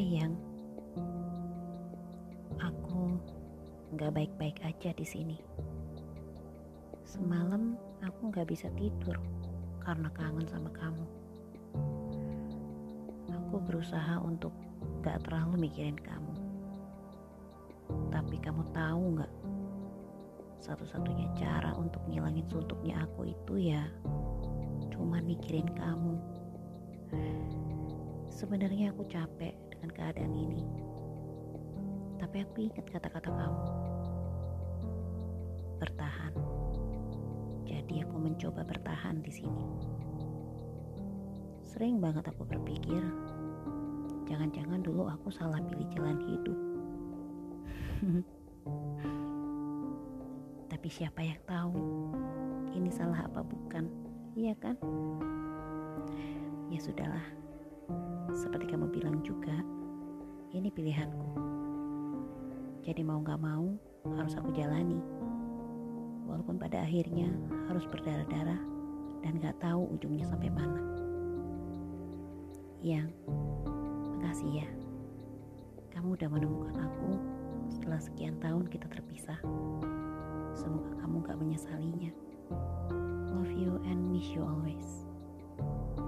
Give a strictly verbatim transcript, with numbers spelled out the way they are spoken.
Sayang, aku nggak baik-baik aja di sini. Semalam aku nggak bisa tidur karena kangen sama kamu. Aku berusaha untuk nggak terlalu mikirin kamu. Tapi kamu tahu nggak? Satu-satunya cara untuk ngilangin suntuknya aku itu ya cuma mikirin kamu. Sebenarnya aku capek dengan keadaan ini. Tapi aku ingat kata-kata kamu. Bertahan. Jadi aku mencoba bertahan di sini. Sering banget aku berpikir, jangan-jangan dulu aku salah pilih jalan hidup. Tapi siapa yang tahu ini salah apa bukan, iya kan? Ya sudahlah, seperti kamu bilang juga, ini pilihanku. Jadi mau gak mau harus aku jalani. Walaupun pada akhirnya harus berdarah-darah dan gak tahu ujungnya sampai mana. Yang, makasih ya. Kamu udah menemukan aku setelah sekian tahun kita terpisah. Semoga kamu gak menyesalinya. Love you and miss you always.